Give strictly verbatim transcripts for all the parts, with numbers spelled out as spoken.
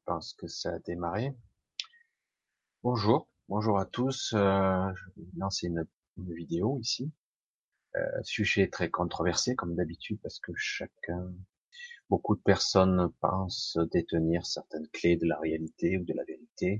pense que ça a démarré. Bonjour, bonjour à tous. Euh, je vais lancer une, une vidéo ici. Euh, sujet très controversé comme d'habitude parce que chacun, beaucoup de personnes pensent détenir certaines clés de la réalité ou de la vérité.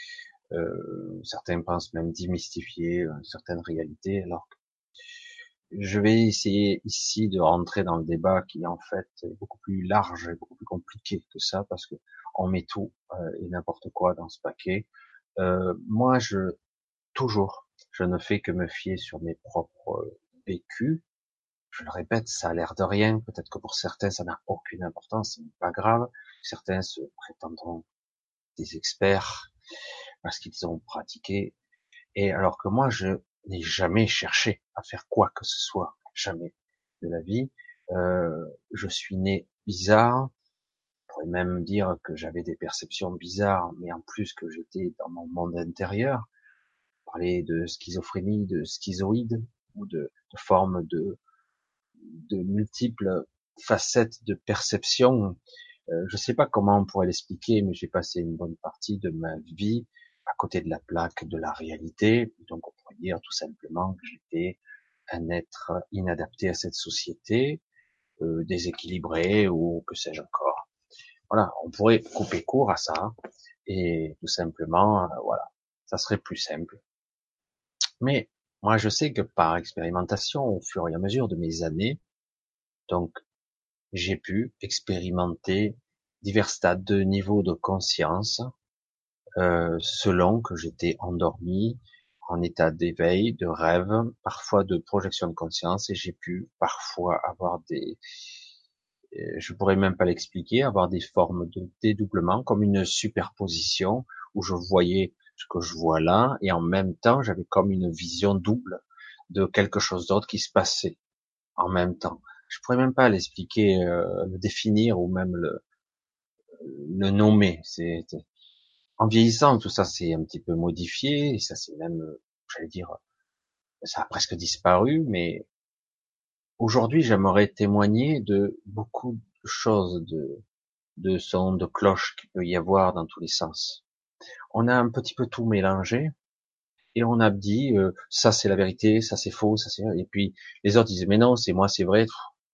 Euh, certains pensent même démystifier euh, certaines réalités. Alors que je vais essayer ici de rentrer dans le débat qui en fait est beaucoup plus large et beaucoup plus compliqué que ça parce que on met tout euh, et n'importe quoi dans ce paquet. Euh, moi, je toujours, je ne fais que me fier sur mes propres euh, vécus. Je le répète, ça a l'air de rien. Peut-être que pour certains, ça n'a aucune importance, ce n'est pas grave. Certains se prétendront des experts parce qu'ils ont pratiqué. Et alors que moi, je n'ai jamais cherché à faire quoi que ce soit, jamais de la vie. Euh, je suis né bizarre. On pourrait même dire que j'avais des perceptions bizarres, mais en plus que j'étais dans mon monde intérieur. Parler de schizophrénie, de schizoïde ou de, de formes de, de multiples facettes de perception. Euh, je ne sais pas comment on pourrait l'expliquer, mais j'ai passé une bonne partie de ma vie à côté de la plaque de la réalité. Donc on pourrait dire tout simplement que j'étais un être inadapté à cette société, euh, déséquilibré ou que sais-je encore. Voilà, on pourrait couper court à ça et tout simplement, euh, voilà, ça serait plus simple. Mais moi, je sais que par expérimentation, au fur et à mesure de mes années, donc j'ai pu expérimenter divers stades de niveau de conscience euh, selon que j'étais endormi, en état d'éveil, de rêve, parfois de projection de conscience, et j'ai pu parfois avoir des, euh, je pourrais même pas l'expliquer, avoir des formes de dédoublement, comme une superposition où je voyais ce que je vois là, et en même temps j'avais comme une vision double de quelque chose d'autre qui se passait en même temps. Je pourrais même pas l'expliquer, euh, le définir ou même le, le nommer. C'est en vieillissant, tout ça s'est un petit peu modifié, et ça c'est même, euh, j'allais dire, ça a presque disparu, mais aujourd'hui j'aimerais témoigner de beaucoup de choses, de, de sons, de cloches qu'il peut y avoir dans tous les sens. On a un petit peu tout mélangé, et on a dit, euh, ça c'est la vérité, ça c'est faux, ça c'est, et puis les autres disaient, mais non, c'est moi, c'est vrai.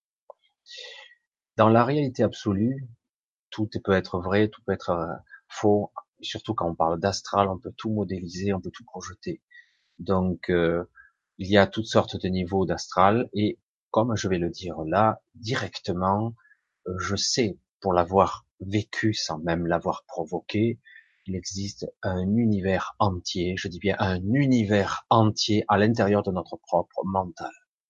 Dans la réalité absolue, tout peut être vrai, tout peut être euh, faux. Surtout quand on parle d'astral, on peut tout modéliser, on peut tout projeter. Donc, euh, il y a toutes sortes de niveaux d'astral, et comme je vais le dire là, directement, euh, je sais, pour l'avoir vécu sans même l'avoir provoqué, il existe un univers entier, je dis bien un univers entier à l'intérieur de notre propre mental.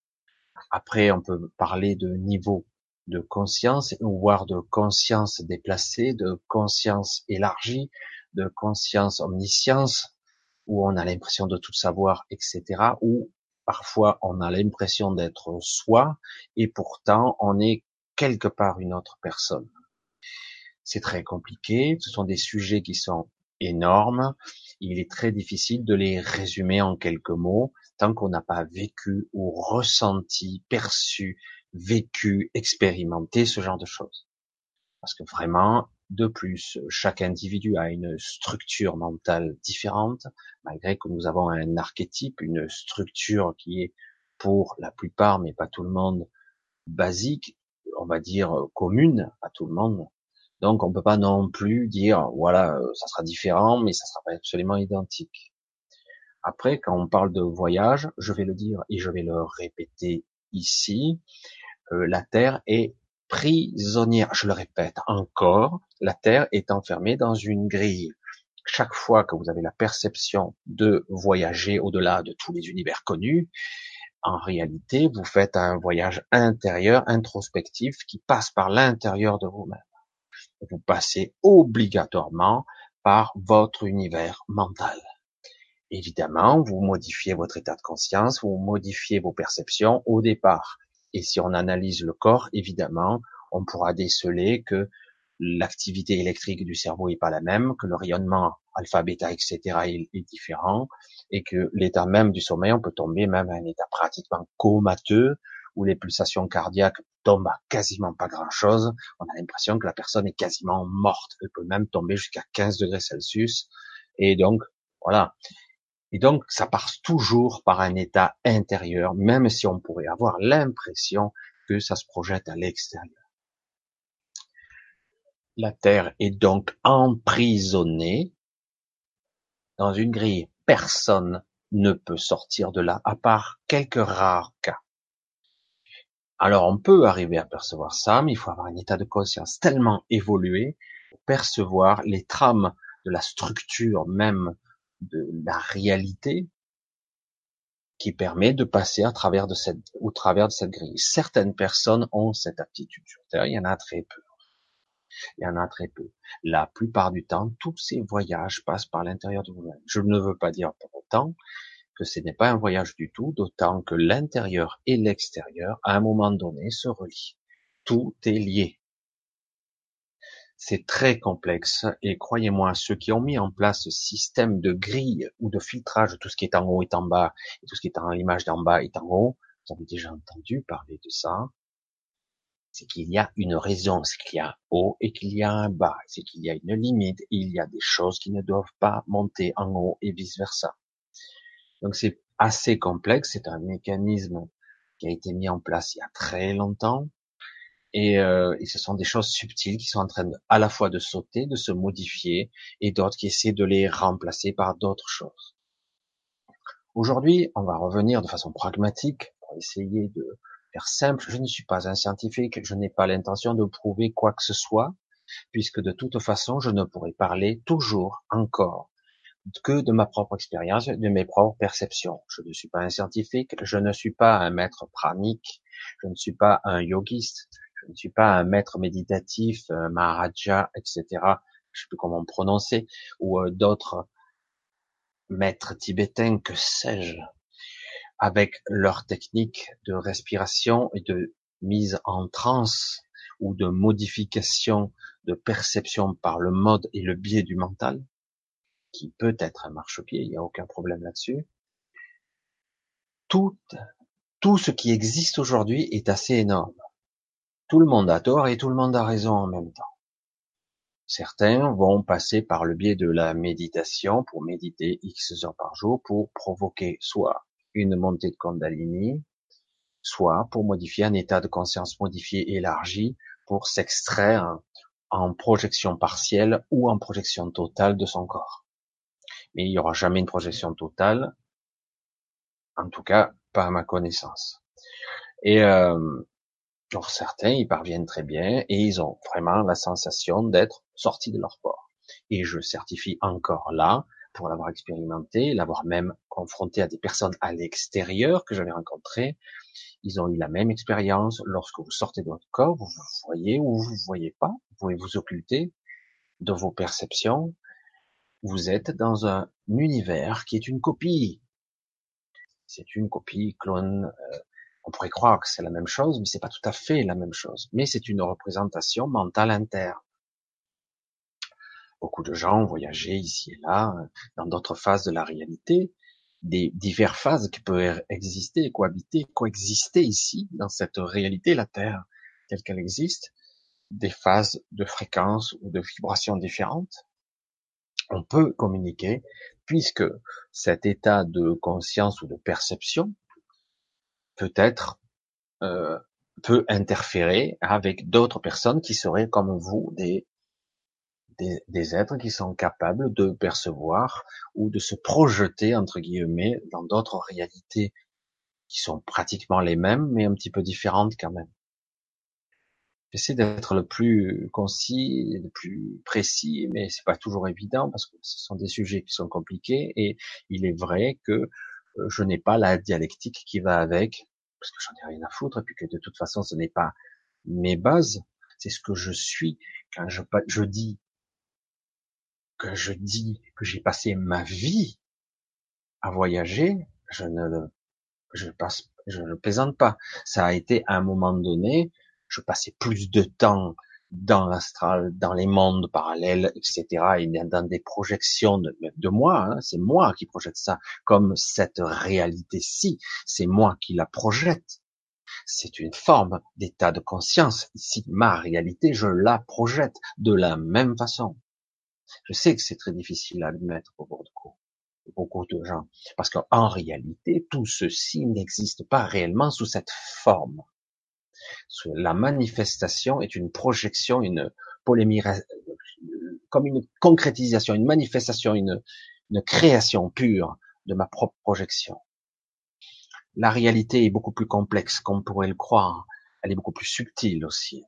Après, on peut parler de niveau de conscience, voire de conscience déplacée, de conscience élargie, de conscience omniscience, où on a l'impression de tout savoir, et cetera, où parfois on a l'impression d'être soi, et pourtant on est quelque part une autre personne. C'est très compliqué, ce sont des sujets qui sont énormes, il est très difficile de les résumer en quelques mots, tant qu'on n'a pas vécu ou ressenti, perçu, vécu, expérimenté ce genre de choses. Parce que vraiment, de plus, chaque individu a une structure mentale différente, malgré que nous avons un archétype, une structure qui est pour la plupart, mais pas tout le monde, basique, on va dire commune à tout le monde. Donc on peut pas non plus dire, voilà, ça sera différent, mais ça sera pas absolument identique. Après, quand on parle de voyage, je vais le dire et je vais le répéter ici, euh, la Terre est prisonnière. Je le répète encore, la Terre est enfermée dans une grille. Chaque fois que vous avez la perception de voyager au-delà de tous les univers connus, en réalité, vous faites un voyage intérieur, introspectif, qui passe par l'intérieur de vous-même. Vous passez obligatoirement par votre univers mental. Évidemment, vous modifiez votre état de conscience, vous modifiez vos perceptions au départ. Et si on analyse le corps, évidemment, on pourra déceler que l'activité électrique du cerveau est pas la même, que le rayonnement alpha, bêta, et cetera est, est différent, et que l'état même du sommeil, on peut tomber même à un état pratiquement comateux, où les pulsations cardiaques tombent à quasiment pas grand chose. On a l'impression que la personne est quasiment morte. Elle peut même tomber jusqu'à quinze degrés Celsius. Et donc, voilà. Et donc, ça passe toujours par un état intérieur, même si on pourrait avoir l'impression que ça se projette à l'extérieur. La Terre est donc emprisonnée dans une grille. Personne ne peut sortir de là, à part quelques rares cas. Alors, on peut arriver à percevoir ça, mais il faut avoir un état de conscience tellement évolué pour percevoir les trames de la structure même de la réalité qui permet de passer à travers de cette, au travers de cette grille. Certaines personnes ont cette aptitude sur Terre, il y en a très peu. Il y en a très peu. La plupart du temps, tous ces voyages passent par l'intérieur de vous-même. Je ne veux pas dire pour autant que ce n'est pas un voyage du tout, d'autant que l'intérieur et l'extérieur, à un moment donné, se relient. Tout est lié. C'est très complexe et croyez-moi, ceux qui ont mis en place ce système de grille ou de filtrage, tout ce qui est en haut est en bas et tout ce qui est en l'image d'en bas est en haut, vous avez déjà entendu parler de ça, c'est qu'il y a une raison, c'est qu'il y a un haut et qu'il y a un bas, c'est qu'il y a une limite et il y a des choses qui ne doivent pas monter en haut et vice versa. Donc c'est assez complexe, c'est un mécanisme qui a été mis en place il y a très longtemps et, euh, et ce sont des choses subtiles qui sont en train de, à la fois de sauter, de se modifier et d'autres qui essaient de les remplacer par d'autres choses. Aujourd'hui, on va revenir de façon pragmatique pour essayer de faire simple. Je ne suis pas un scientifique, je n'ai pas l'intention de prouver quoi que ce soit, puisque de toute façon, je ne pourrai parler toujours encore que de ma propre expérience, de mes propres perceptions. Je ne suis pas un scientifique, je ne suis pas un maître pranique, je ne suis pas un yogiste, je ne suis pas un maître méditatif, un maharaja, et cetera. Je sais plus comment me prononcer, ou euh, d'autres maîtres tibétains, que sais-je, avec leurs techniques de respiration et de mise en transe ou de modification de perception par le mode et le biais du mental, qui peut être un marchepied, il n'y a aucun problème là-dessus. Tout, tout ce qui existe aujourd'hui est assez énorme. Tout le monde a tort et tout le monde a raison en même temps. Certains vont passer par le biais de la méditation pour méditer X heures par jour pour provoquer soit une montée de Kundalini, soit pour modifier un état de conscience modifié élargi pour s'extraire en projection partielle ou en projection totale de son corps. Mais il n'y aura jamais une projection totale, en tout cas pas à ma connaissance. Et euh, pour certains, ils parviennent très bien et ils ont vraiment la sensation d'être sortis de leur corps. Et je certifie encore là, pour l'avoir expérimenté, l'avoir même confronté à des personnes à l'extérieur que j'avais rencontrées, ils ont eu la même expérience. Lorsque vous sortez de votre corps, vous vous voyez ou vous vous voyez pas, vous pouvez vous occulter de vos perceptions. Vous êtes dans un univers qui est une copie. C'est une copie, clone. Euh, on pourrait croire que c'est la même chose, mais c'est pas tout à fait la même chose. Mais c'est une représentation mentale interne. Beaucoup de gens ont voyagé ici et là, dans d'autres phases de la réalité, des diverses phases qui peuvent exister, cohabiter, coexister ici, dans cette réalité, la Terre, telle qu'elle existe, des phases de fréquences ou de vibrations différentes. On peut communiquer, puisque cet état de conscience ou de perception peut être, euh, peut interférer avec d'autres personnes qui seraient comme vous, des Des, des êtres qui sont capables de percevoir ou de se projeter, entre guillemets, dans d'autres réalités qui sont pratiquement les mêmes, mais un petit peu différentes quand même. J'essaie d'être le plus concis, le plus précis, mais c'est pas toujours évident parce que ce sont des sujets qui sont compliqués et il est vrai que euh, je n'ai pas la dialectique qui va avec, parce que j'en ai rien à foutre, et puis que de toute façon ce n'est pas mes bases, c'est ce que je suis. Quand je, je dis que je dis que j'ai passé ma vie à voyager, je ne le, je passe, je ne plaisante pas. Ça a été à un moment donné, je passais plus de temps dans l'astral, dans les mondes parallèles, et cetera, et dans des projections de, de moi. Hein, c'est moi qui projette ça, comme cette réalité-ci, c'est moi qui la projette. C'est une forme d'état de conscience. Ici, ma réalité, je la projette de la même façon. Je sais que c'est très difficile à admettre pour beaucoup, beaucoup de gens, parce qu'en réalité, tout ceci n'existe pas réellement sous cette forme. La manifestation est une projection, une polymérisation, comme une concrétisation, une manifestation, une, une création pure de ma propre projection. La réalité est beaucoup plus complexe qu'on pourrait le croire. Elle est beaucoup plus subtile aussi.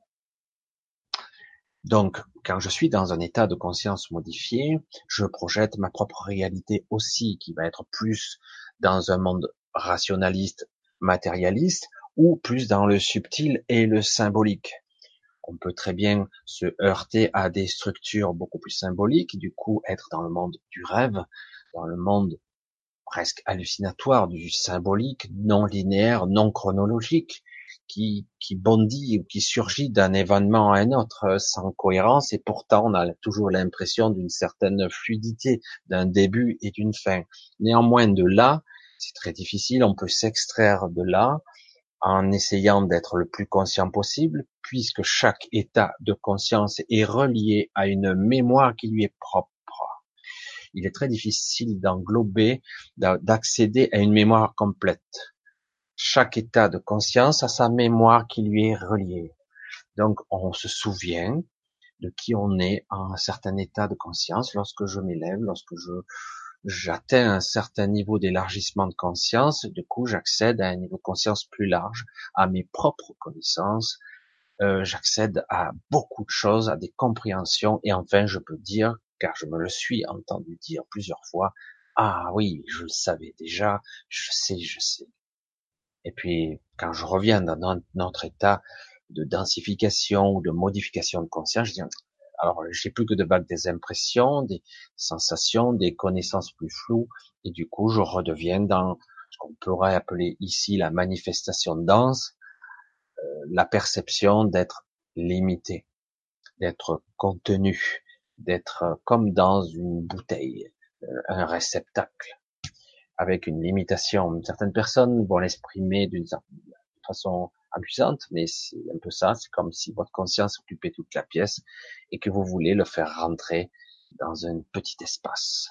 Donc, quand je suis dans un état de conscience modifié, je projette ma propre réalité aussi, qui va être plus dans un monde rationaliste, matérialiste, ou plus dans le subtil et le symbolique. On peut très bien se heurter à des structures beaucoup plus symboliques, du coup être dans le monde du rêve, dans le monde presque hallucinatoire du symbolique, non linéaire, non chronologique, qui, qui bondit ou qui surgit d'un événement à un autre euh, sans cohérence, et pourtant on a toujours l'impression d'une certaine fluidité, d'un début et d'une fin. Néanmoins, de là, c'est très difficile, on peut s'extraire de là en essayant d'être le plus conscient possible, puisque chaque état de conscience est relié à une mémoire qui lui est propre. Il est très difficile d'englober, d'accéder à une mémoire complète. Chaque état de conscience a sa mémoire qui lui est reliée. Donc, on se souvient de qui on est en un certain état de conscience lorsque je m'élève, lorsque je j'atteins un certain niveau d'élargissement de conscience. Du coup, j'accède à un niveau de conscience plus large, à mes propres connaissances. Euh, j'accède à beaucoup de choses, à des compréhensions, et enfin, je peux dire, car je me le suis entendu dire plusieurs fois, ah oui, je le savais déjà, je sais, je sais. Et puis, quand je reviens dans notre état de densification ou de modification de conscience, je dis, alors, j'ai plus que de vagues des impressions, des sensations, des connaissances plus floues, et du coup, je redeviens dans ce qu'on pourrait appeler ici la manifestation dense, la perception d'être limité, d'être contenu, d'être comme dans une bouteille, un réceptacle, avec une limitation. Certaines personnes vont l'exprimer d'une façon amusante, mais c'est un peu ça, c'est comme si votre conscience occupait toute la pièce et que vous voulez le faire rentrer dans un petit espace.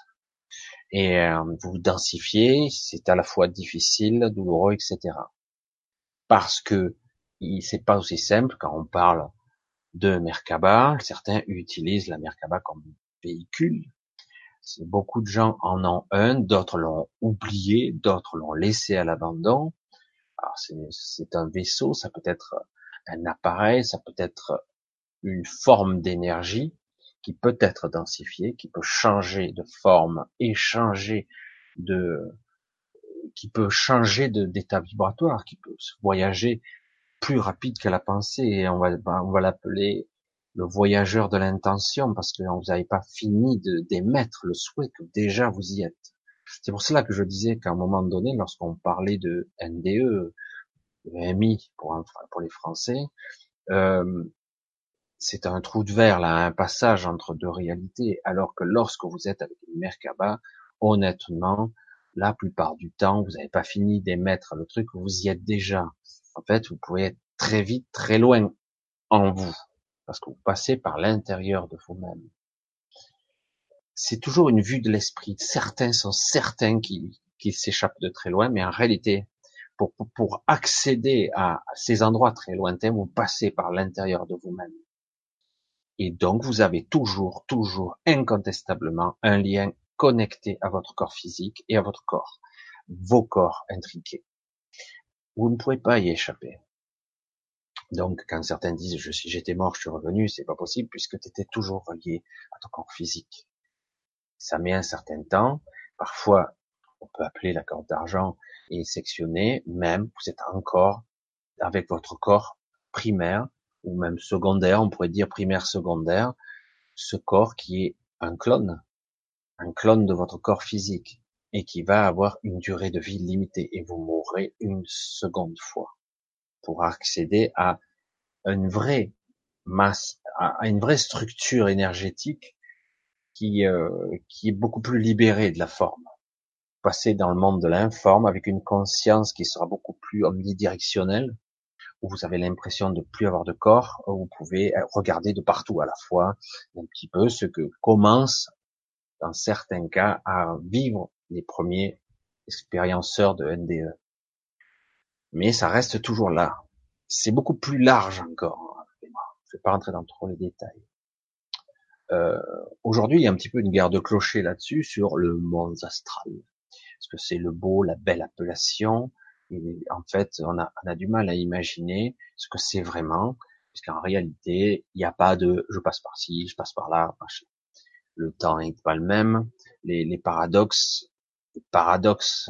Et euh, vous densifiez, c'est à la fois difficile, douloureux, et cetera. Parce que c'est pas aussi simple quand on parle de Merkaba. Certains utilisent la Merkaba comme véhicule. Beaucoup de gens en ont un, d'autres l'ont oublié, d'autres l'ont laissé à l'abandon. Alors c'est un vaisseau, ça peut être un appareil, ça peut être une forme d'énergie qui peut être densifiée, qui peut changer de forme et changer de, qui peut changer de d'état vibratoire, qui peut voyager plus rapide que la pensée, et on va, on va l'appeler le voyageur de l'intention, parce que vous n'avez pas fini de d'émettre le souhait que déjà vous y êtes. C'est pour cela que je disais qu'à un moment donné, lorsqu'on parlait de N D E, de M I pour, pour les Français, euh, c'est un trou de verre, là, un passage entre deux réalités, alors que lorsque vous êtes avec une Merkaba, honnêtement, la plupart du temps, vous n'avez pas fini d'émettre le truc, vous y êtes déjà. En fait, vous pouvez être très vite, très loin en vous, parce que vous passez par l'intérieur de vous-même. C'est toujours une vue de l'esprit. Certains sont certains qu'ils qui s'échappent de très loin, mais en réalité, pour, pour, pour accéder à ces endroits très lointains, vous passez par l'intérieur de vous-même. Et donc, vous avez toujours, toujours, incontestablement, un lien connecté à votre corps physique et à votre corps, vos corps intriqués. Vous ne pouvez pas y échapper. Donc, quand certains disent je suis, j'étais mort, je suis revenu, c'est pas possible puisque tu étais toujours relié à ton corps physique. Ça met un certain temps. Parfois, on peut appeler la corde d'argent et sectionner. Même, vous êtes encore avec votre corps primaire ou même secondaire, on pourrait dire primaire secondaire, ce corps qui est un clone, un clone de votre corps physique et qui va avoir une durée de vie limitée et vous mourrez une seconde fois pour accéder à une vraie masse, à une vraie structure énergétique qui, euh, qui est beaucoup plus libérée de la forme. Passer dans le monde de l'informe avec une conscience qui sera beaucoup plus omnidirectionnelle, où vous avez l'impression de plus avoir de corps, où vous pouvez regarder de partout à la fois, un petit peu ce que commencent, dans certains cas, à vivre les premiers expérienceurs de N D E. Mais ça reste toujours là. C'est beaucoup plus large encore. Je ne vais pas rentrer dans trop les détails. Euh, Aujourd'hui, il y a un petit peu une guerre de clochers là-dessus sur le monde astral. Est-ce que c'est le beau, la belle appellation? Et en fait, on a, on a du mal à imaginer ce que c'est vraiment, puisqu'en réalité, il n'y a pas de je passe par ci, je passe par là. Machin. Le temps n'est pas le même. Les, les paradoxes, les paradoxes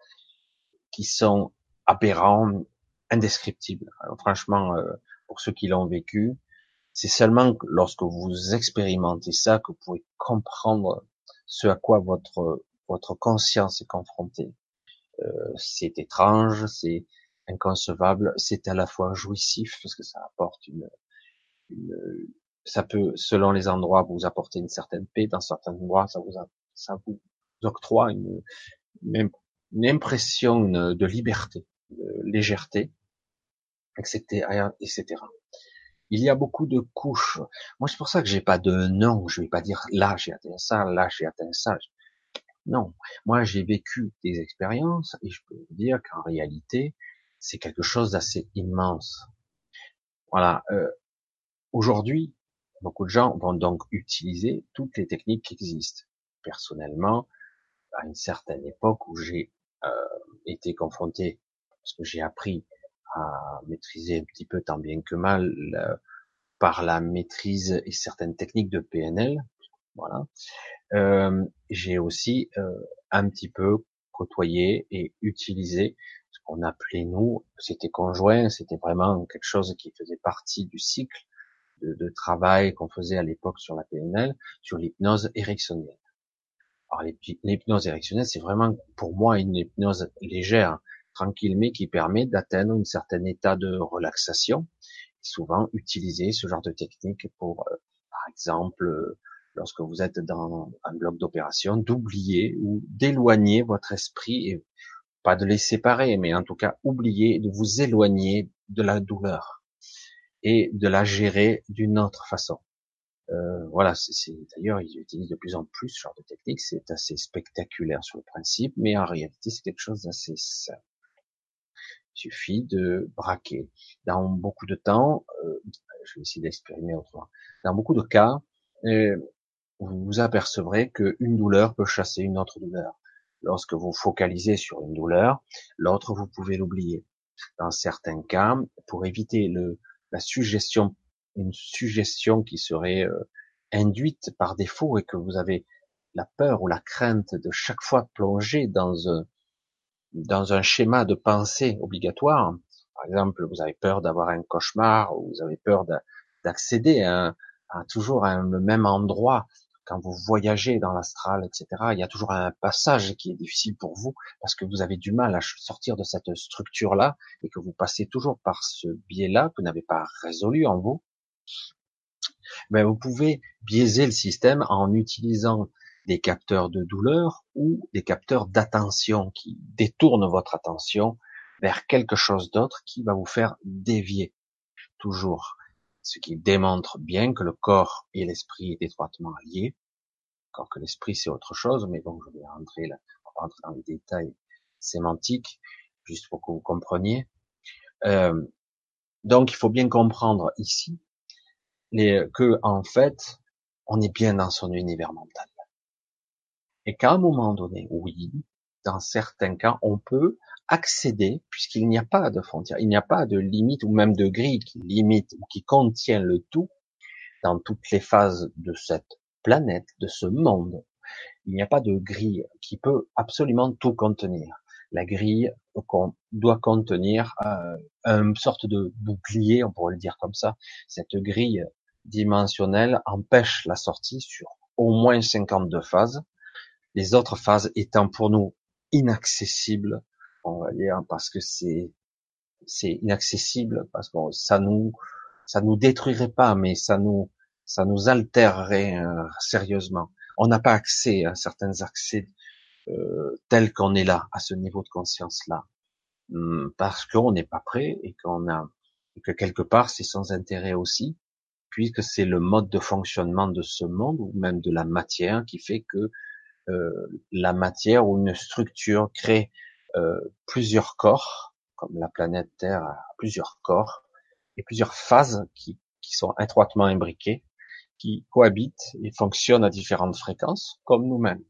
qui sont aberrants, indescriptibles. Alors, franchement, euh, pour ceux qui l'ont vécu, c'est seulement lorsque vous expérimentez ça que vous pouvez comprendre ce à quoi votre votre conscience est confrontée. Euh, c'est étrange, c'est inconcevable, c'est à la fois jouissif parce que ça apporte une, une ça peut, selon les endroits, vous apporter une certaine paix. Dans certains endroits, ça vous a, ça vous octroie une, une, une impression de liberté, de légèreté, et cetera, et cetera. Il y a beaucoup de couches. Moi, c'est pour ça que j'ai pas de nom. Je vais pas dire là j'ai atteint ça, là j'ai atteint ça. Non. Moi, j'ai vécu des expériences et je peux vous dire qu'en réalité, c'est quelque chose d'assez immense. Voilà. Euh, aujourd'hui, beaucoup de gens vont donc utiliser toutes les techniques qui existent. Personnellement, à une certaine époque où j'ai euh, été confronté, parce que j'ai appris à maîtriser un petit peu tant bien que mal par la maîtrise et certaines techniques de P N L, voilà. Euh, j'ai aussi euh, un petit peu côtoyé et utilisé ce qu'on appelait nous, c'était conjoint, c'était vraiment quelque chose qui faisait partie du cycle de, de travail qu'on faisait à l'époque sur la P N L, sur l'hypnose érectionnelle. Alors l'hypnose érectionnelle, c'est vraiment pour moi une hypnose légère, tranquille, mais qui permet d'atteindre un certain état de relaxation. Souvent utiliser ce genre de technique pour, euh, par exemple, euh, lorsque vous êtes dans un bloc d'opération, d'oublier ou d'éloigner votre esprit, et pas de les séparer, mais en tout cas oublier, de vous éloigner de la douleur et de la gérer d'une autre façon. Euh, voilà, c'est d'ailleurs ils utilisent de plus en plus ce genre de technique, c'est assez spectaculaire sur le principe, mais en réalité c'est quelque chose d'assez simple. Il suffit de braquer. Dans beaucoup de temps, euh, je vais essayer d'exprimer autrement. Dans beaucoup de cas, euh, vous vous apercevrez qu'une douleur peut chasser une autre douleur. Lorsque vous focalisez sur une douleur, l'autre, vous pouvez l'oublier. Dans certains cas, pour éviter le, la suggestion, une suggestion qui serait euh, induite par défaut et que vous avez la peur ou la crainte de chaque fois plonger dans un, dans un schéma de pensée obligatoire. Par exemple, vous avez peur d'avoir un cauchemar, ou vous avez peur d'accéder à, à toujours à le même endroit. Quand vous voyagez dans l'astral, et cetera, il y a toujours un passage qui est difficile pour vous parce que vous avez du mal à sortir de cette structure-là et que vous passez toujours par ce biais-là que vous n'avez pas résolu en vous. Ben, vous pouvez biaiser le système en utilisant des capteurs de douleur ou des capteurs d'attention qui détournent votre attention vers quelque chose d'autre qui va vous faire dévier toujours. Ce qui démontre bien que le corps et l'esprit est étroitement liés. Encore que l'esprit c'est autre chose, mais bon, je vais rentrer là, on va rentrer dans les détails sémantiques, juste pour que vous compreniez. Euh, donc il faut bien comprendre ici les, que en fait, on est bien dans son univers mental. Et qu'à un moment donné, oui, dans certains cas, on peut accéder, puisqu'il n'y a pas de frontière, il n'y a pas de limite ou même de grille qui limite ou qui contient le tout dans toutes les phases de cette planète, de ce monde. Il n'y a pas de grille qui peut absolument tout contenir. La grille doit contenir euh, une sorte de bouclier, on pourrait le dire comme ça. Cette grille dimensionnelle empêche la sortie sur au moins cinquante-deux phases, les autres phases étant pour nous inaccessibles, on va dire, parce que c'est c'est inaccessible, parce que ça nous ça nous détruirait pas, mais ça nous ça nous altérerait euh, sérieusement. On n'a pas accès à certains accès euh, tels qu'on est là, à ce niveau de conscience là, parce qu'on n'est pas prêt et qu'on a et que quelque part c'est sans intérêt aussi, puisque c'est le mode de fonctionnement de ce monde ou même de la matière qui fait que euh, la matière ou une structure crée euh, plusieurs corps, comme la planète Terre a plusieurs corps et plusieurs phases qui, qui sont étroitement imbriquées, qui cohabitent et fonctionnent à différentes fréquences, comme nous-mêmes.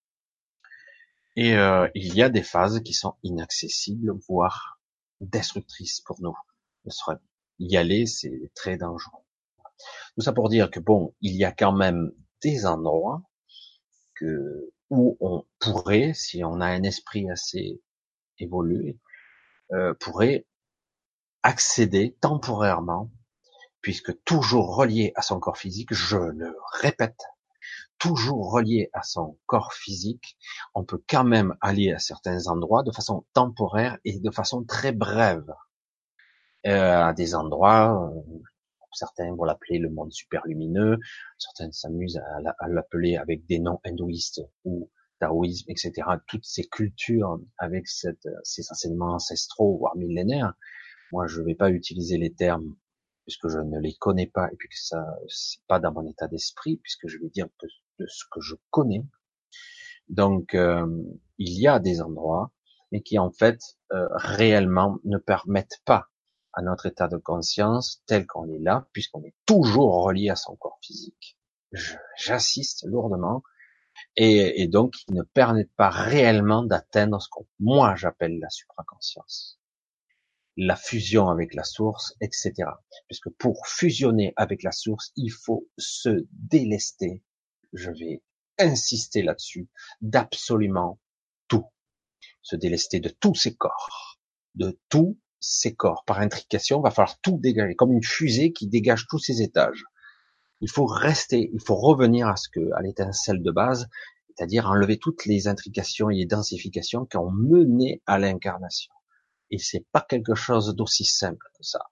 Et euh, il y a des phases qui sont inaccessibles, voire destructrices pour nous. Y aller, c'est très dangereux. Tout ça pour dire que bon, il y a quand même des endroits que, où on pourrait, si on a un esprit assez évolué, euh, pourrait accéder temporairement, puisque toujours relié à son corps physique, je le répète, toujours relié à son corps physique, on peut quand même aller à certains endroits de façon temporaire et de façon très brève, euh, à des endroits, euh, certains vont l'appeler le monde super lumineux, certains s'amusent à l'appeler avec des noms hindouistes ou taoïsme, et cetera. Toutes ces cultures avec cette, ces enseignements ancestraux, voire millénaires. Moi, je ne vais pas utiliser les termes puisque je ne les connais pas et puis que ça, c'est pas dans mon état d'esprit, puisque je vais dire que de ce que je connais. Donc, euh, il y a des endroits, mais qui en fait euh, réellement ne permettent pas à notre état de conscience tel qu'on est là, puisqu'on est toujours relié à son corps physique. Je- J'insiste lourdement, et, et donc qui ne permettent pas réellement d'atteindre ce que moi j'appelle la supraconscience, la fusion avec la source, et cetera. Puisque pour fusionner avec la source, il faut se délester. Je vais insister là-dessus, d'absolument tout. Se délester de tous ces corps, de tous ces corps. Par intrication, il va falloir tout dégager, comme une fusée qui dégage tous ses étages. Il faut rester, il faut revenir à ce que, à l'étincelle de base, c'est-à-dire enlever toutes les intrications et les densifications qui ont mené à l'incarnation. Et c'est pas quelque chose d'aussi simple que ça.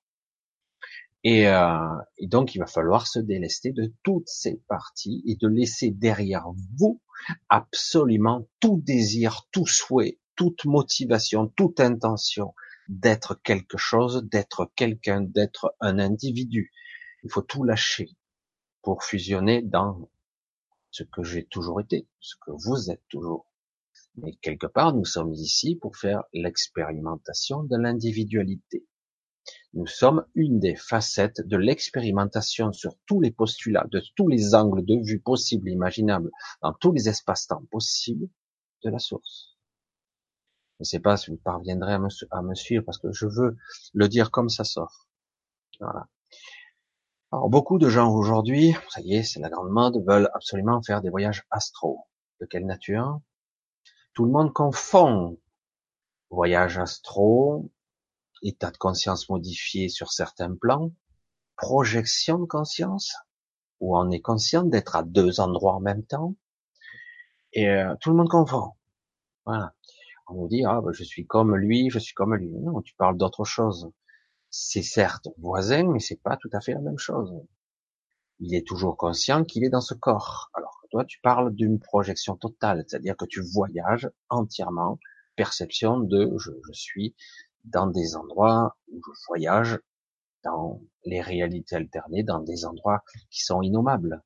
Et, euh, et donc, il va falloir se délester de toutes ces parties et de laisser derrière vous absolument tout désir, tout souhait, toute motivation, toute intention d'être quelque chose, d'être quelqu'un, d'être un individu. Il faut tout lâcher pour fusionner dans ce que j'ai toujours été, ce que vous êtes toujours. Mais quelque part, nous sommes ici pour faire l'expérimentation de l'individualité. Nous sommes une des facettes de l'expérimentation sur tous les postulats, de tous les angles de vue possibles et imaginables, dans tous les espaces-temps possibles de la source. Je ne sais pas si vous parviendrez à me, à me suivre parce que je veux le dire comme ça sort. Voilà. Alors beaucoup de gens aujourd'hui, ça y est, c'est la grande mode, veulent absolument faire des voyages astro. De quelle nature? Tout le monde confond voyage astro, état de conscience modifié sur certains plans, projection de conscience, où on est conscient d'être à deux endroits en même temps, et euh, tout le monde confond. Voilà. On nous dit, ah, ben, je suis comme lui, je suis comme lui. Non, tu parles d'autre chose. C'est certes voisin, mais c'est pas tout à fait la même chose. Il est toujours conscient qu'il est dans ce corps. Alors que toi, tu parles d'une projection totale, c'est-à-dire que tu voyages entièrement, perception de je, je suis dans des endroits où je voyage dans les réalités alternées, dans des endroits qui sont innommables.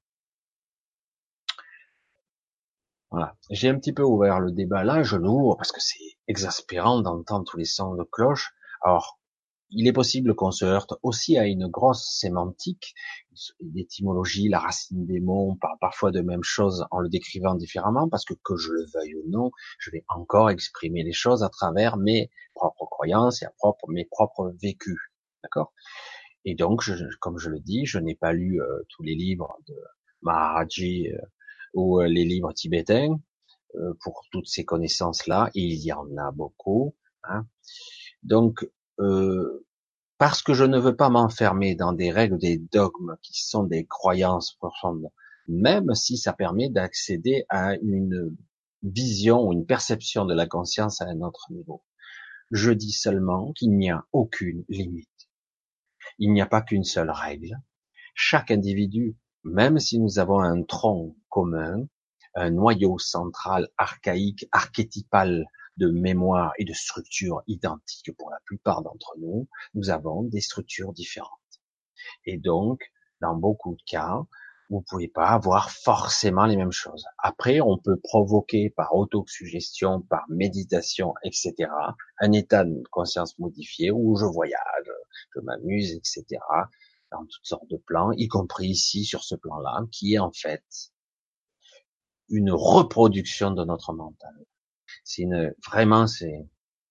Voilà. J'ai un petit peu ouvert le débat là, je l'ouvre parce que c'est exaspérant d'entendre tous les sons de cloche. Alors, il est possible qu'on se heurte aussi à une grosse sémantique, l'étymologie, la racine des mots, on parle parfois de même chose en le décrivant différemment, parce que que je le veuille ou non, je vais encore exprimer les choses à travers mes propres croyances et à propre, mes propres vécus. D'accord? Et donc, je, comme je le dis, je n'ai pas lu euh, tous les livres de Maharaji euh, ou euh, les livres tibétains euh, pour toutes ces connaissances-là, et il y en a beaucoup. Hein. Donc, euh, parce que je ne veux pas m'enfermer dans des règles, des dogmes qui sont des croyances profondes, même si ça permet d'accéder à une vision ou une perception de la conscience à un autre niveau. Je dis seulement qu'il n'y a aucune limite. Il n'y a pas qu'une seule règle. Chaque individu, même si nous avons un tronc commun, un noyau central archaïque, archétypal de mémoire et de structure identiques pour la plupart d'entre nous, nous avons des structures différentes. Et donc, dans beaucoup de cas, vous pouvez pas avoir forcément les mêmes choses. Après, on peut provoquer par autosuggestion, par méditation, et cetera, un état de conscience modifié où je voyage, je m'amuse, et cetera, dans toutes sortes de plans, y compris ici sur ce plan-là, qui est en fait une reproduction de notre mental. C'est une, vraiment, c'est,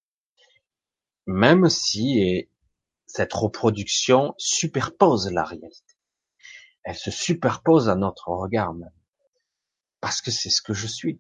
même si cette reproduction superpose la réalité. Elle se superpose à notre regard même. Parce que c'est ce que je suis.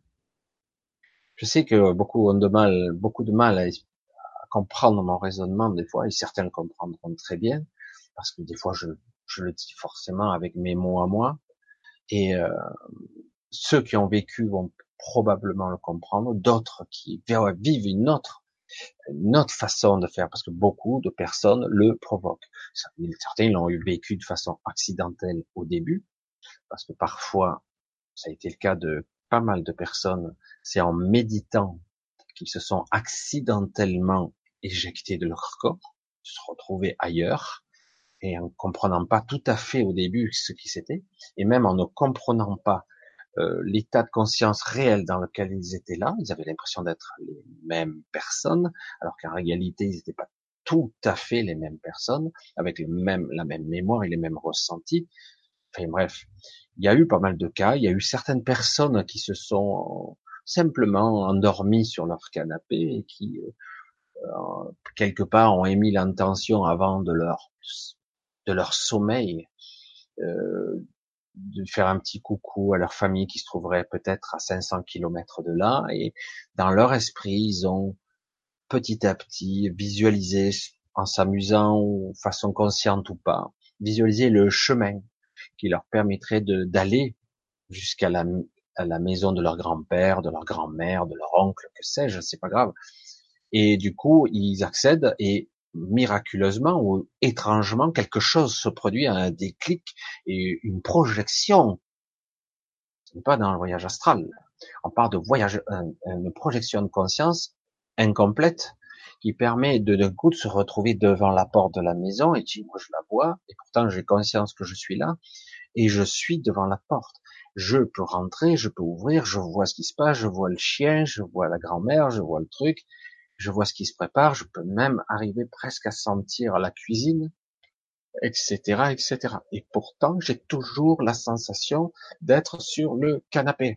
Je sais que beaucoup ont de mal, beaucoup de mal à, à comprendre mon raisonnement des fois, et certains le comprendront très bien, parce que des fois je, je le dis forcément avec mes mots à moi, et euh, ceux qui ont vécu vont probablement le comprendre, d'autres qui vivent une autre, une autre façon de faire, parce que beaucoup de personnes le provoquent. Certains l'ont eu vécu de façon accidentelle au début, parce que parfois, ça a été le cas de pas mal de personnes, c'est en méditant qu'ils se sont accidentellement éjectés de leur corps, se retrouver ailleurs, et en comprenant pas tout à fait au début ce qui c'était, et même en ne comprenant pas euh, l'état de conscience réel dans lequel ils étaient là, ils avaient l'impression d'être les mêmes personnes, alors qu'en réalité ils n'étaient pas tout à fait les mêmes personnes, avec le même, la même mémoire et les mêmes ressentis. Enfin bref, il y a eu pas mal de cas, il y a eu certaines personnes qui se sont simplement endormies sur leur canapé et qui, euh, quelque part, ont émis l'intention avant de leur de leur sommeil euh, de faire un petit coucou à leur famille qui se trouverait peut-être à cinq cents kilomètres de là, et dans leur esprit, ils ont petit à petit visualisé, en s'amusant ou façon consciente ou pas, visualiser le chemin qui leur permettrait de d'aller jusqu'à la, à la maison de leur grand-père, de leur grand-mère, de leur oncle, que sais-je, c'est pas grave. Et du coup, ils accèdent et miraculeusement ou étrangement, quelque chose se produit, un déclic et une projection. Ce n'est pas dans le voyage astral. On parle de voyage, une projection de conscience incomplète qui permet de d'un coup de se retrouver devant la porte de la maison et dit, moi je la vois et pourtant j'ai conscience que je suis là et je suis devant la porte. Je peux rentrer, je peux ouvrir, je vois ce qui se passe, je vois le chien, je vois la grand-mère, je vois le truc, je vois ce qui se prépare, je peux même arriver presque à sentir la cuisine, et cetera, et cetera. Et pourtant, j'ai toujours la sensation d'être sur le canapé.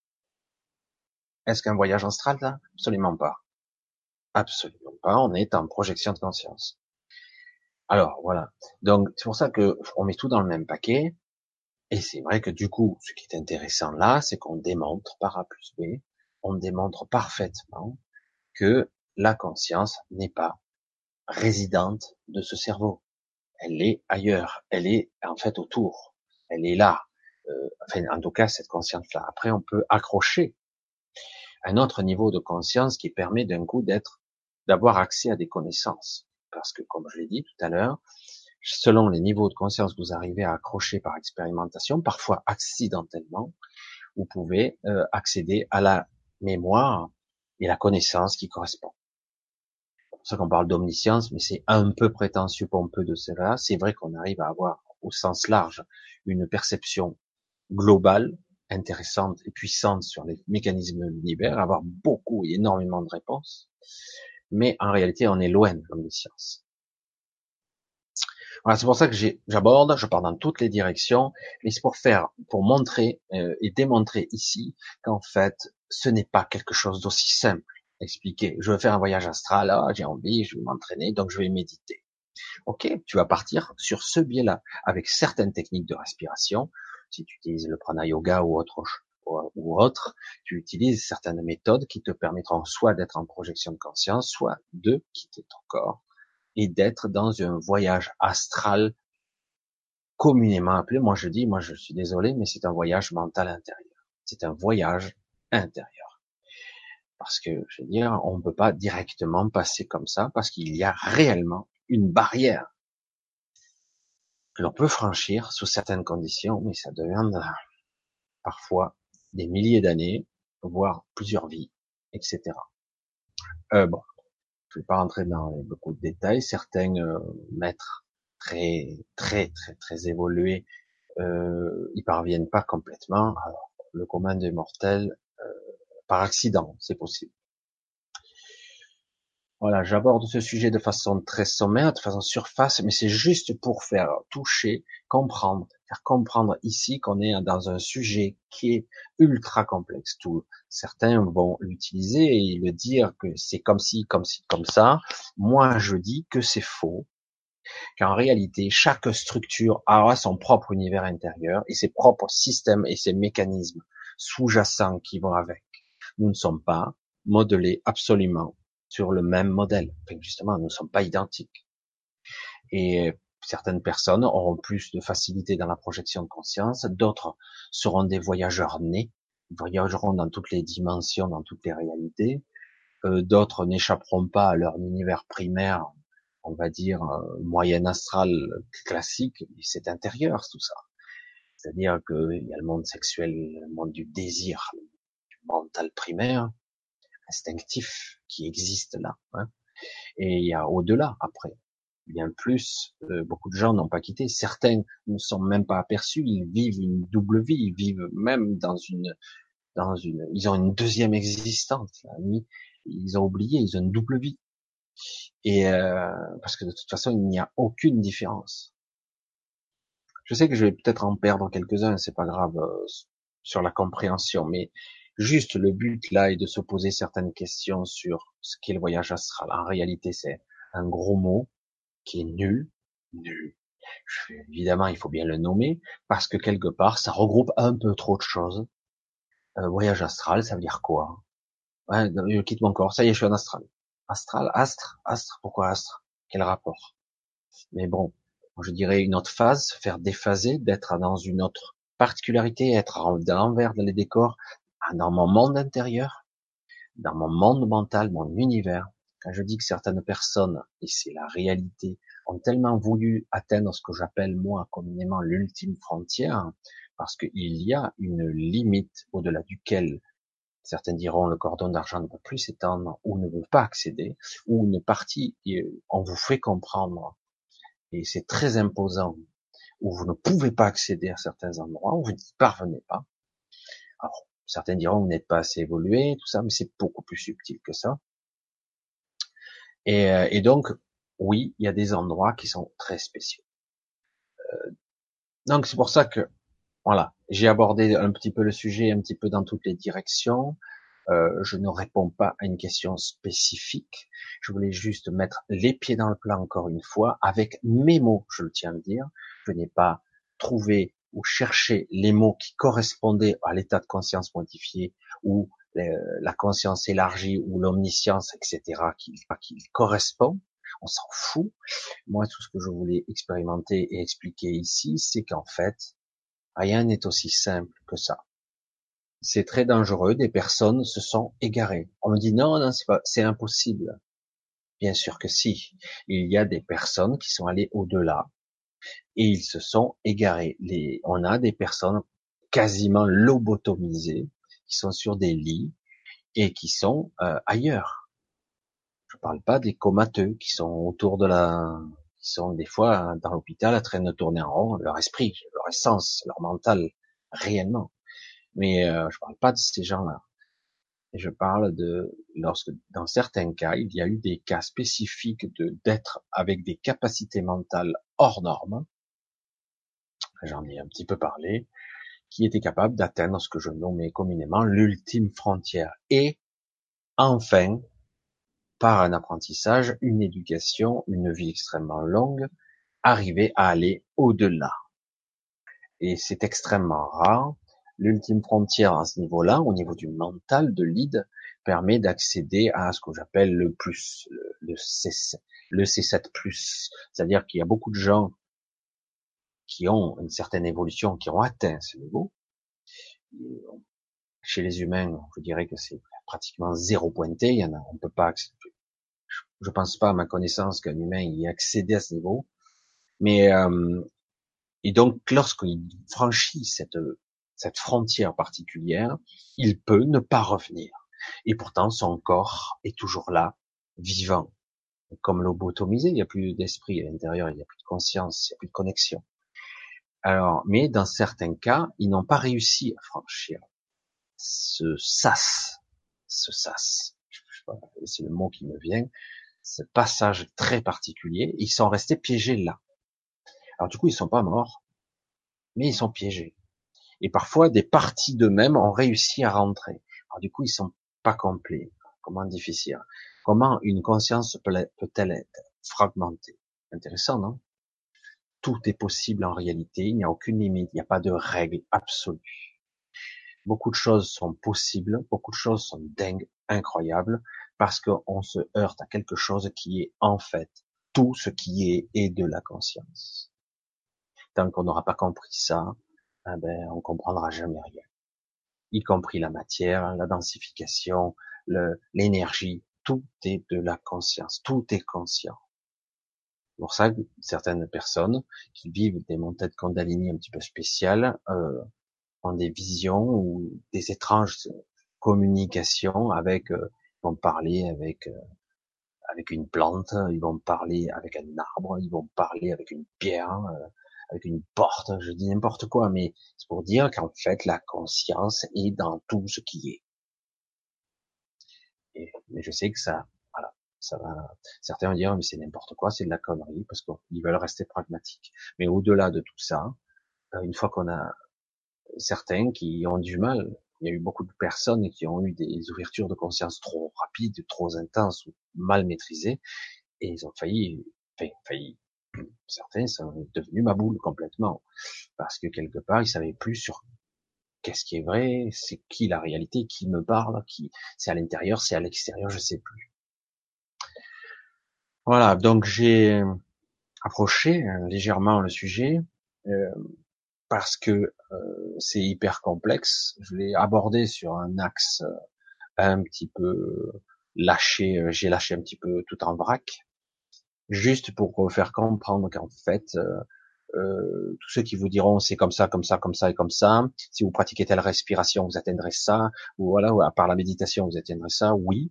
Est-ce qu'un voyage astral, là? Absolument pas. Absolument pas. On est en projection de conscience. Alors, voilà. Donc, c'est pour ça que on met tout dans le même paquet. Et c'est vrai que du coup, ce qui est intéressant là, c'est qu'on démontre par A plus B, on démontre parfaitement que la conscience n'est pas résidente de ce cerveau. Elle est ailleurs. Elle est en fait autour. Elle est là. Euh, enfin, en tout cas, cette conscience-là. Après, on peut accrocher un autre niveau de conscience qui permet d'un coup d'être, d'avoir accès à des connaissances. Parce que, comme je l'ai dit tout à l'heure, selon les niveaux de conscience que vous arrivez à accrocher par expérimentation, parfois accidentellement, vous pouvez euh, accéder à la mémoire et la connaissance qui correspond. C'est pour ça qu'on parle d'omniscience, mais c'est un peu prétentieux pompeux de cela. C'est vrai qu'on arrive à avoir, au sens large, une perception globale, intéressante et puissante sur les mécanismes de l'univers, avoir beaucoup et énormément de réponses. Mais en réalité, on est loin de l'omniscience. Voilà, c'est pour ça que j'aborde, je pars dans toutes les directions, mais c'est pour faire, pour montrer euh, et démontrer ici qu'en fait, ce n'est pas quelque chose d'aussi simple. Expliquer, je veux faire un voyage astral, ah, j'ai envie, je vais m'entraîner, donc je vais méditer. Ok, tu vas partir sur ce biais-là, avec certaines techniques de respiration. Si tu utilises le prana yoga ou autre, ou autre, tu utilises certaines méthodes qui te permettront soit d'être en projection de conscience, soit de quitter ton corps et d'être dans un voyage astral communément appelé. Moi, je dis, moi, je suis désolé, mais c'est un voyage mental intérieur. C'est un voyage intérieur. Parce que, je veux dire, on ne peut pas directement passer comme ça, parce qu'il y a réellement une barrière que l'on peut franchir sous certaines conditions, mais ça demande parfois des milliers d'années, voire plusieurs vies, et cetera. Euh, bon, je vais pas rentrer dans les- beaucoup de détails. Certains euh, maîtres très, très, très, très évolués, euh, ils parviennent pas complètement. Alors, le commun des mortels, euh, par accident, c'est possible. Voilà, j'aborde ce sujet de façon très sommaire, de façon surface, mais c'est juste pour faire toucher, comprendre, faire comprendre ici qu'on est dans un sujet qui est ultra complexe. Tout, certains vont l'utiliser et le dire que c'est comme si, comme si, comme ça. Moi, je dis que c'est faux, qu'en réalité, chaque structure a son propre univers intérieur et ses propres systèmes et ses mécanismes sous-jacents qui vont avec. Nous ne sommes pas modelés absolument sur le même modèle. Enfin, justement, nous ne sommes pas identiques. Et certaines personnes auront plus de facilité dans la projection de conscience, d'autres seront des voyageurs nés, voyageront dans toutes les dimensions, dans toutes les réalités, euh, d'autres n'échapperont pas à leur univers primaire, on va dire euh, moyen astral classique, et c'est intérieur tout ça. C'est-à-dire qu'il y a le monde sexuel, le monde du désir, le mental primaire, instinctif qui existe là, hein. Et il y a au-delà après, bien plus. Euh, beaucoup de gens n'ont pas quitté. Certains ne sont même pas aperçus. Ils vivent une double vie. Ils vivent même dans une, dans une. Ils ont une deuxième existence. La nuit, ils ont oublié. Ils ont une double vie. Et euh, parce que de toute façon, il n'y a aucune différence. Je sais que je vais peut-être en perdre quelques-uns. C'est pas grave euh, sur la compréhension, mais juste le but là est de se poser certaines questions sur ce qu'est le voyage astral. En réalité, c'est un gros mot qui est nul, nul. Je- Évidemment, il faut bien le nommer, parce que quelque part, ça regroupe un peu trop de choses. Euh, voyage astral, ça veut dire quoi? Ouais, je quitte mon corps, ça y est, je suis en astral. Astral, astre, astre, pourquoi astre? Quel rapport? Mais bon, je dirais une autre phase, faire déphaser, d'être dans une autre particularité, être en- dans l'envers des décors, dans mon monde intérieur, dans mon monde mental, mon univers. Quand je dis que certaines personnes, et c'est la réalité, ont tellement voulu atteindre ce que j'appelle moi communément l'ultime frontière, parce qu'il y a une limite au-delà duquel certains diront le cordon d'argent ne peut plus s'étendre ou ne veut pas accéder, ou une partie, on vous fait comprendre, et c'est très imposant, où vous ne pouvez pas accéder à certains endroits, où vous n'y parvenez pas. Alors, certains diront vous n'êtes pas assez évolué, tout ça, mais c'est beaucoup plus subtil que ça. Et, euh, et donc, oui, il y a des endroits qui sont très spéciaux. Donc c'est pour ça que, voilà, j'ai abordé un petit peu le sujet, un petit peu dans toutes les directions. Euh, je ne réponds pas à une question spécifique. Je voulais juste mettre les pieds dans le plat encore une fois, avec mes mots, je le tiens à le dire. Je n'ai pas trouvé ou cherché les mots qui correspondaient à l'état de conscience modifié ou euh, la conscience élargie ou l'omniscience, et cetera, qui, qui correspond. On s'en fout. Moi, tout ce que je voulais expérimenter et expliquer ici, c'est qu'en fait, rien n'est aussi simple que ça. C'est très dangereux. Des personnes se sont égarées. On me dit non, non, c'est pas, c'est impossible. Bien sûr que si. Il y a des personnes qui sont allées au-delà et ils se sont égarés. Les, on a des personnes quasiment lobotomisées qui sont sur des lits et qui sont euh, ailleurs. Je parle pas des comateux qui sont autour de la, qui sont des fois hein, dans l'hôpital à train de tourner en rond, leur esprit, leur essence, leur mental, réellement. Mais euh, je parle pas de ces gens-là. Et je parle de lorsque, dans certains cas, il y a eu des cas spécifiques de d'être avec des capacités mentales hors normes. J'en ai un petit peu parlé, qui étaient capables d'atteindre ce que je nommais communément l'ultime frontière. Et enfin, par un apprentissage, une éducation, une vie extrêmement longue, arriver à aller au-delà. Et c'est extrêmement rare. L'ultime frontière à ce niveau-là, au niveau du mental, de l'id, permet d'accéder à ce que j'appelle le plus, le, le C, le C sept plus. C'est-à-dire qu'il y a beaucoup de gens qui ont une certaine évolution, qui ont atteint ce niveau. Chez les humains, je dirais que c'est pratiquement zéro pointé. Il y en a, on peut pas, je pense pas à ma connaissance qu'un humain y ait accédé à ce niveau. Mais euh, et donc, lorsqu'il franchit cette, cette frontière particulière, il peut ne pas revenir. Et pourtant, son corps est toujours là, vivant. Comme lobotomisé, il n'y a plus d'esprit à l'intérieur, il n'y a plus de conscience, il n'y a plus de connexion. Alors, mais dans certains cas, ils n'ont pas réussi à franchir ce sas, ce sas, je sais pas, c'est le mot qui me vient, ce passage très particulier, ils sont restés piégés là. Alors du coup, ils sont pas morts, mais ils sont piégés. Et parfois, des parties d'eux-mêmes ont réussi à rentrer. Alors du coup, ils sont pas complets. Comment difficile. Comment une conscience peut-elle être fragmentée? Intéressant, non? Tout est possible en réalité. Il n'y a aucune limite. Il n'y a pas de règle absolue. Beaucoup de choses sont possibles. Beaucoup de choses sont dingues, incroyables, parce qu'on se heurte à quelque chose qui est en fait tout ce qui est et de la conscience. Tant qu'on n'aura pas compris ça, eh ben, on comprendra jamais rien. Y compris la matière, la densification, le, l'énergie, tout est de la conscience, tout est conscient. C'est pour ça que certaines personnes qui vivent des montées de Kundalini un petit peu spéciales euh, ont des visions ou des étranges communications avec, euh, ils vont parler avec euh, avec une plante, ils vont parler avec un arbre, ils vont parler avec une pierre, euh, avec une porte, je dis n'importe quoi, mais c'est pour dire qu'en fait la conscience est dans tout ce qui est. Et, mais je sais que ça, voilà, ça va. Certains vont dire mais c'est n'importe quoi, c'est de la connerie parce qu'ils veulent rester pragmatiques. Mais au-delà de tout ça, euh, une fois qu'on a certains qui ont du mal, il y a eu beaucoup de personnes qui ont eu des ouvertures de conscience trop rapides, trop intenses ou mal maîtrisées, et ils ont failli, enfin, failli. Certains sont devenus ma boule complètement parce que quelque part ils savaient plus sur qu'est-ce qui est vrai, c'est qui la réalité, qui me parle, qui c'est à l'intérieur, c'est à l'extérieur, je sais plus. Voilà, donc j'ai approché euh, légèrement le sujet euh, parce que euh, c'est hyper complexe. Je l'ai abordé sur un axe euh, un petit peu lâché, euh, j'ai lâché un petit peu tout en vrac, juste pour faire comprendre qu'en fait, euh, euh, tous ceux qui vous diront c'est comme ça, comme ça, comme ça et comme ça, si vous pratiquez telle respiration, vous atteindrez ça, ou voilà, ou à part la méditation, vous atteindrez ça, oui,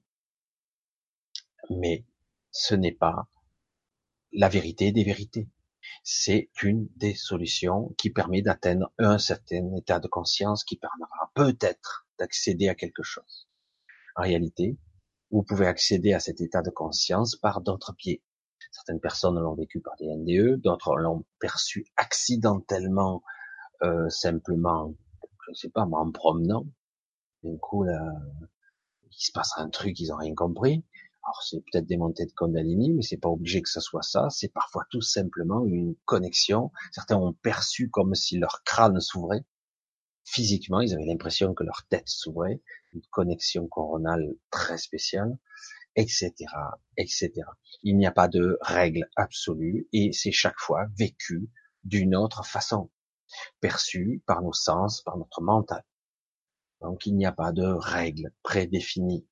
mais ce n'est pas la vérité des vérités. C'est une des solutions qui permet d'atteindre un certain état de conscience qui permettra peut-être d'accéder à quelque chose. En réalité, vous pouvez accéder à cet état de conscience par d'autres biais. Certaines personnes l'ont vécu par des N D E, d'autres l'ont perçu accidentellement, euh, simplement, je ne sais pas, moi, en promenant. D'un coup, là, il se passera un truc, ils n'ont rien compris. Alors c'est peut-être des montées de Kundalini, mais c'est pas obligé que ce soit ça. C'est parfois tout simplement une connexion. Certains ont perçu comme si leur crâne s'ouvrait. Physiquement, ils avaient l'impression que leur tête s'ouvrait. Une connexion coronale très spéciale, et cetera, et cetera. Il n'y a pas de règle absolue et c'est chaque fois vécu d'une autre façon, perçu par nos sens, par notre mental. Donc il n'y a pas de règle prédéfinie.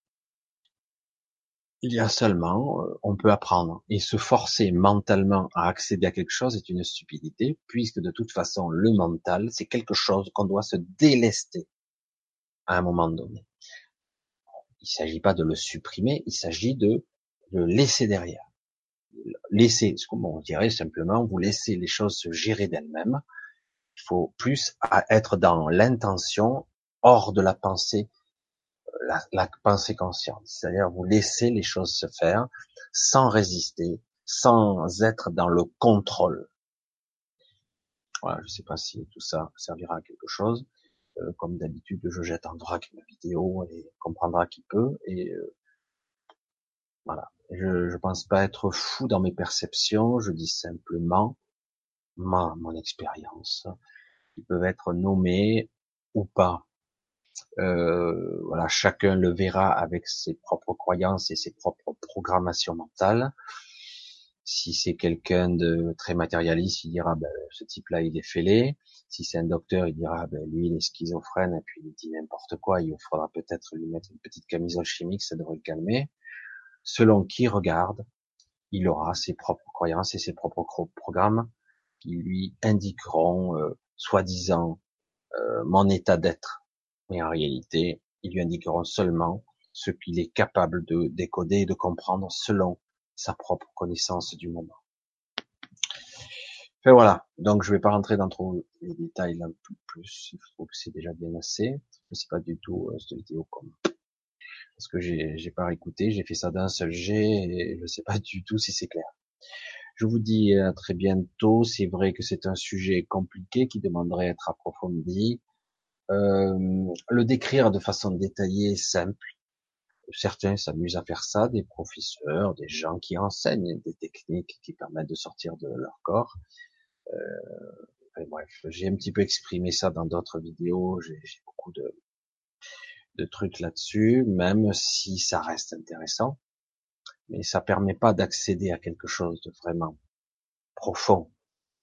Il y a seulement, euh, on peut apprendre. Et se forcer mentalement à accéder à quelque chose est une stupidité, puisque de toute façon, le mental, c'est quelque chose qu'on doit se délester à un moment donné. Il ne s'agit pas de le supprimer, il s'agit de le laisser derrière. Laisser, comme on dirait simplement, vous laissez les choses se gérer d'elles-mêmes. Il faut plus être dans l'intention, hors de la pensée, la, la pensée consciente. C'est-à-dire vous laissez les choses se faire sans résister, sans être dans le contrôle. Voilà, je ne sais pas si tout ça servira à quelque chose. Euh, comme d'habitude, je jette en vrac ma vidéo et comprendra qui peut. Et euh, voilà. Je ne pense pas être fou dans mes perceptions. Je dis simplement ma, mon expérience, qui peuvent être nommées ou pas. Euh, voilà, chacun le verra avec ses propres croyances et ses propres programmations mentales. Si c'est quelqu'un de très matérialiste, il dira ben, ce type-là il est fêlé. Si c'est un docteur, il dira ben, lui il est schizophrène et puis il dit n'importe quoi. Il faudra peut-être lui mettre une petite camisole chimique, ça devrait le calmer. Selon qui regarde, il aura ses propres croyances et ses propres programmes qui lui indiqueront, euh, soi-disant, euh, mon état d'être. Mais en réalité, ils lui indiqueront seulement ce qu'il est capable de décoder et de comprendre selon sa propre connaissance du moment. Enfin voilà, donc je vais pas rentrer dans trop les détails là un peu plus, je trouve que c'est déjà bien assez. Je sais pas du tout euh, cette vidéo comme parce que j'ai j'ai pas réécouté, j'ai fait ça d'un seul jet et je sais pas du tout si c'est clair. Je vous dis à très bientôt. C'est vrai que c'est un sujet compliqué qui demanderait à être approfondi. Euh, le décrire de façon détaillée, simple. Certains s'amusent à faire ça, des professeurs, des gens qui enseignent des techniques qui permettent de sortir de leur corps. Euh, enfin, bref, j'ai un petit peu exprimé ça dans d'autres vidéos. J'ai j'ai beaucoup de, de trucs là-dessus, même si ça reste intéressant, mais ça permet pas d'accéder à quelque chose de vraiment profond.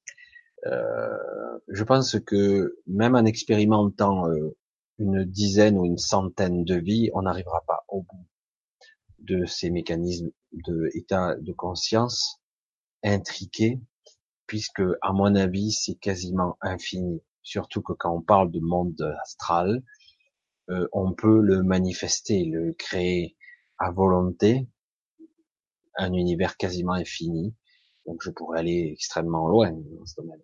Euh, je pense que même en expérimentant euh, une dizaine ou une centaine de vies, on n'arrivera pas au bout de ces mécanismes de état de conscience intriqués, puisque, à mon avis, c'est quasiment infini. Surtout que quand on parle de monde astral, euh, on peut le manifester, le créer à volonté, un univers quasiment infini. Donc je pourrais aller extrêmement loin dans ce domaine.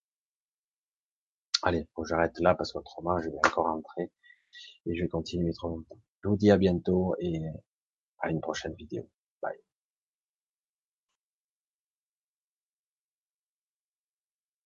Allez, faut que j'arrête là parce qu'autrement je vais encore rentrer et je vais continuer trop longtemps. Je vous dis à bientôt et à une prochaine vidéo.